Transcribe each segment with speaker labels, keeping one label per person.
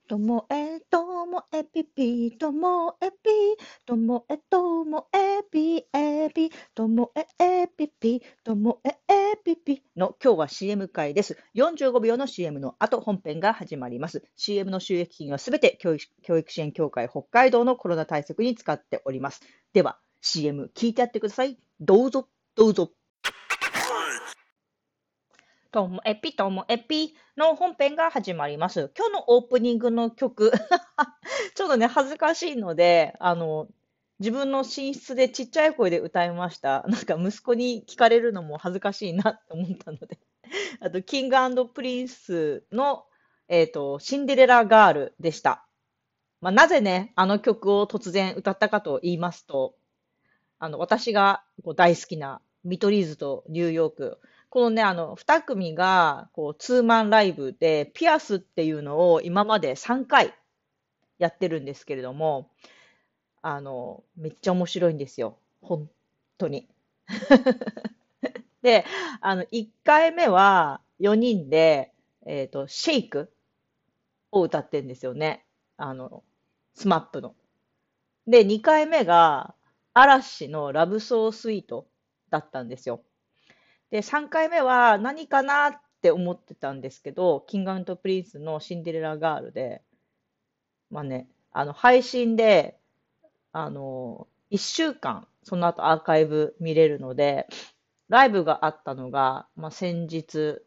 Speaker 1: ともえ、ともえぴぴ、ともえぴ、ともえ、ともえぴ、えぴ、ともえ、えぴぴ、ともえ、えぴぴの今日は CM 回です。45秒の CM の後本編が始まります。CM の収益金はすべて教育支援協会北海道のコロナ対策に使っております。では CM 聞いてやってください。どうぞ、どうぞ。ともエピともエピの本編が始まります。今日のオープニングの曲ちょっとね、恥ずかしいので、自分の寝室でちっちゃい声で歌いました。なんか息子に聞かれるのも恥ずかしいなって思ったので。あと、キングプリンスの、シンデレラガールでした。まあ、なぜね、あの曲を突然歌ったかと言いますと、私がこう大好きな見取り図とニューヨーク。このね、二組が、こう、ツーマンライブで、ピアスっていうのを今まで3回やってるんですけれども、めっちゃ面白いんですよ。本当に。で、1回目は4人で、シェイクを歌ってんですよね。あの、スマップの。で、2回目が嵐のラブソースイートだったんですよ。で、3回目は何かなって思ってたんですけど、キングプリンスのシンデレラガールで、まあね、配信で、1週間、その後アーカイブ見れるので、ライブがあったのが、まあ、先日、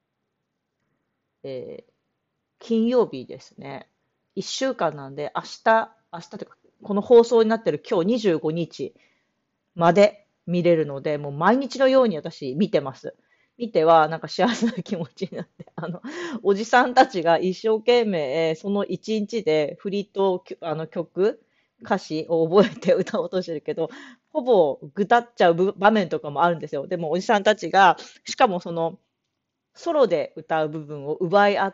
Speaker 1: えー金曜日ですね。1週間なんで、明日というか、この放送になってる今日25日まで見れるので、もう毎日のように私見てます。見ては、なんか幸せな気持ちになって、おじさんたちが一生懸命、その一日で振りと、曲、歌詞を覚えて歌おうとしてるけど、ほぼぐたっちゃう場面とかもあるんですよ。でもおじさんたちが、しかもその、ソロで歌う部分を奪い合って、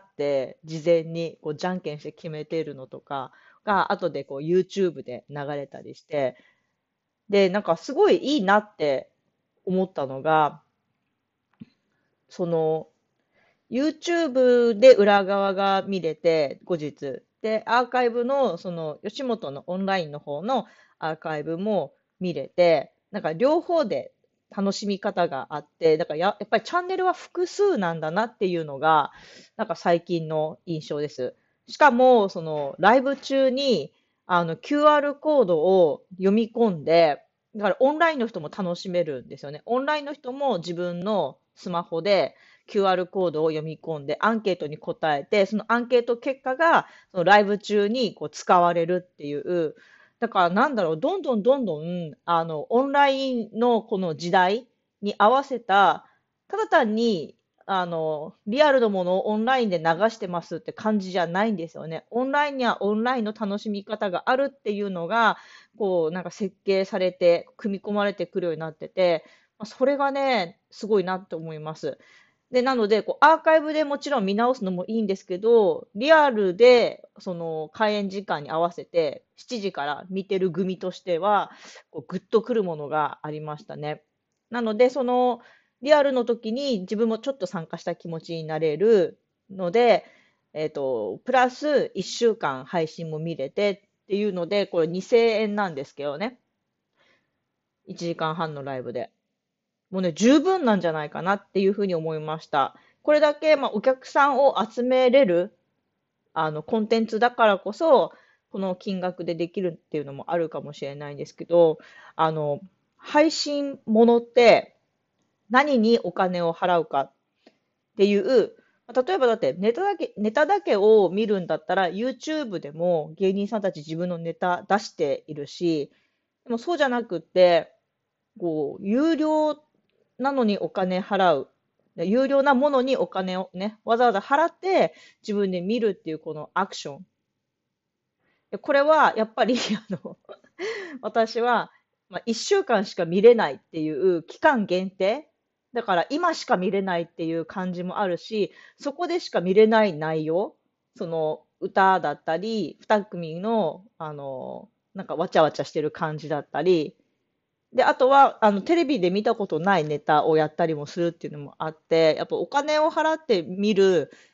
Speaker 1: 事前にこうじゃんけんして決めているのとかが、後でこう YouTube で流れたりして、で、なんかすごいいいなって思ったのが、その、YouTube で裏側が見れて、後日。で、アーカイブの、その、吉本のオンラインの方のアーカイブも見れて、なんか両方で楽しみ方があって、だからやっぱりチャンネルは複数なんだなっていうのが、なんか最近の印象です。しかも、その、ライブ中に、QR コードを読み込んで、だからオンラインの人も楽しめるんですよね。オンラインの人も自分のスマホで QR コードを読み込んでアンケートに答えて、そのアンケート結果がそのライブ中にこう使われるっていう、だからなんだろう、どんどんどんどん、オンラインのこの時代に合わせた、ただ単に、リアルのものをオンラインで流してますって感じじゃないんですよね。オンラインにはオンラインの楽しみ方があるっていうのが、こう、なんか設計されて、組み込まれてくるようになってて、まあそれがね、すごいなって思います。で、なので、こう、アーカイブでもちろん見直すのもいいんですけど、リアルで、その、開演時間に合わせて、7時から見てる組としては、こう、グッとくるものがありましたね。なので、その、リアルの時に自分もちょっと参加した気持ちになれるので、プラス1週間配信も見れてっていうので、これ2000円なんですけどね。1時間半のライブで。もうね、十分なんじゃないかなっていうふうに思いました。これだけ、まあ、お客さんを集めれる、コンテンツだからこそ、この金額でできるっていうのもあるかもしれないんですけど、あの、配信ものって何にお金を払うかっていう、例えばだってネタだけを見るんだったら YouTube でも芸人さんたち自分のネタ出しているし、でもそうじゃなくって、こう、有料なのにお金払う。有料なものにお金をね、わざわざ払って自分で見るっていうこのアクション。これはやっぱり、私は、まあ、1週間しか見れないっていう期間限定。だから今しか見れないっていう感じもあるし、そこでしか見れない内容、その歌だったり、2組の、なんかわちゃわちゃしてる感じだったり、で、あとは、テレビで見たことないネタをやったりもするっていうのもあって、やっぱお金を払って見る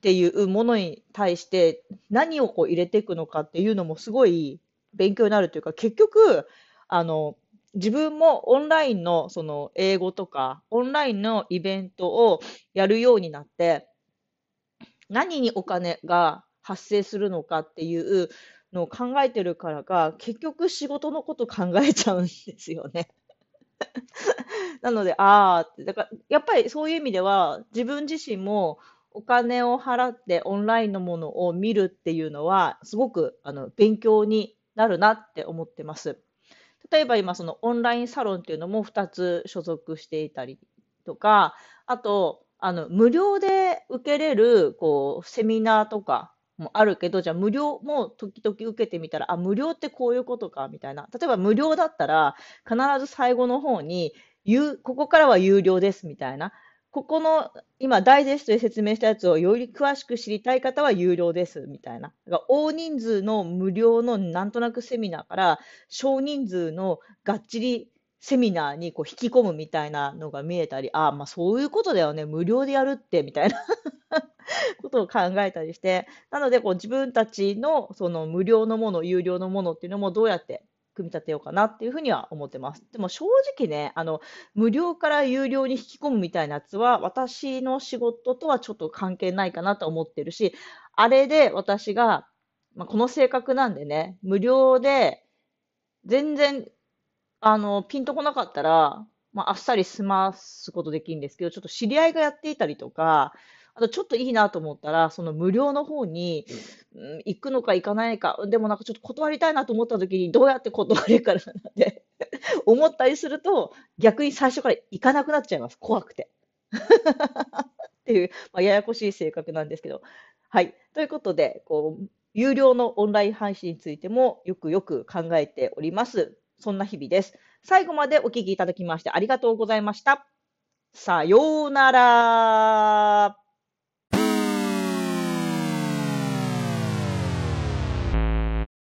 Speaker 1: っていうものに対して何をこう入れていくのかっていうのもすごい勉強になるというか、結局、あの、自分もオンラインのその英語とか、オンラインのイベントをやるようになって、何にお金が発生するのかっていうのを考えてるからか、結局仕事のこと考えちゃうんですよね。なので、だから、やっぱりそういう意味では、自分自身もお金を払ってオンラインのものを見るっていうのは、すごく勉強になるなって思ってます。例えば今、そのオンラインサロンっていうのも2つ所属していたりとか、あと、無料で受けれる、こう、セミナーとかもあるけど、じゃあ無料も時々受けてみたら、無料ってこういうことか、みたいな。例えば無料だったら、必ず最後の方に、ここからは有料です、みたいな。ここの、今、ダイジェストで説明したやつをより詳しく知りたい方は有料です、みたいな。だから大人数の無料のなんとなくセミナーから、少人数のがっちりセミナーにこう引き込むみたいなのが見えたり、まあそういうことだよね、無料でやるって、みたいなことを考えたりして、なのでこう自分たちのその無料のもの、有料のものっていうのもどうやって組み立てようかなっていうふうには思ってます。でも正直ね、無料から有料に引き込むみたいなやつは、私の仕事とはちょっと関係ないかなと思ってるし、あれで私が、この性格なんでね、無料で全然ピンとこなかったら、あっさり済ますことできるんですけど、ちょっと知り合いがやっていたりとか、あとちょっといいなと思ったら、その無料の方に、行くのか行かないか、でもなんかちょっと断りたいなと思った時に、どうやって断れるかなって思ったりすると、逆に最初から行かなくなっちゃいます。怖くて。っていう、ややこしい性格なんですけど。はい。ということで、こう、有料のオンライン配信についてもよくよく考えております。そんな日々です。最後までお聞きいただきましてありがとうございました。さようなら。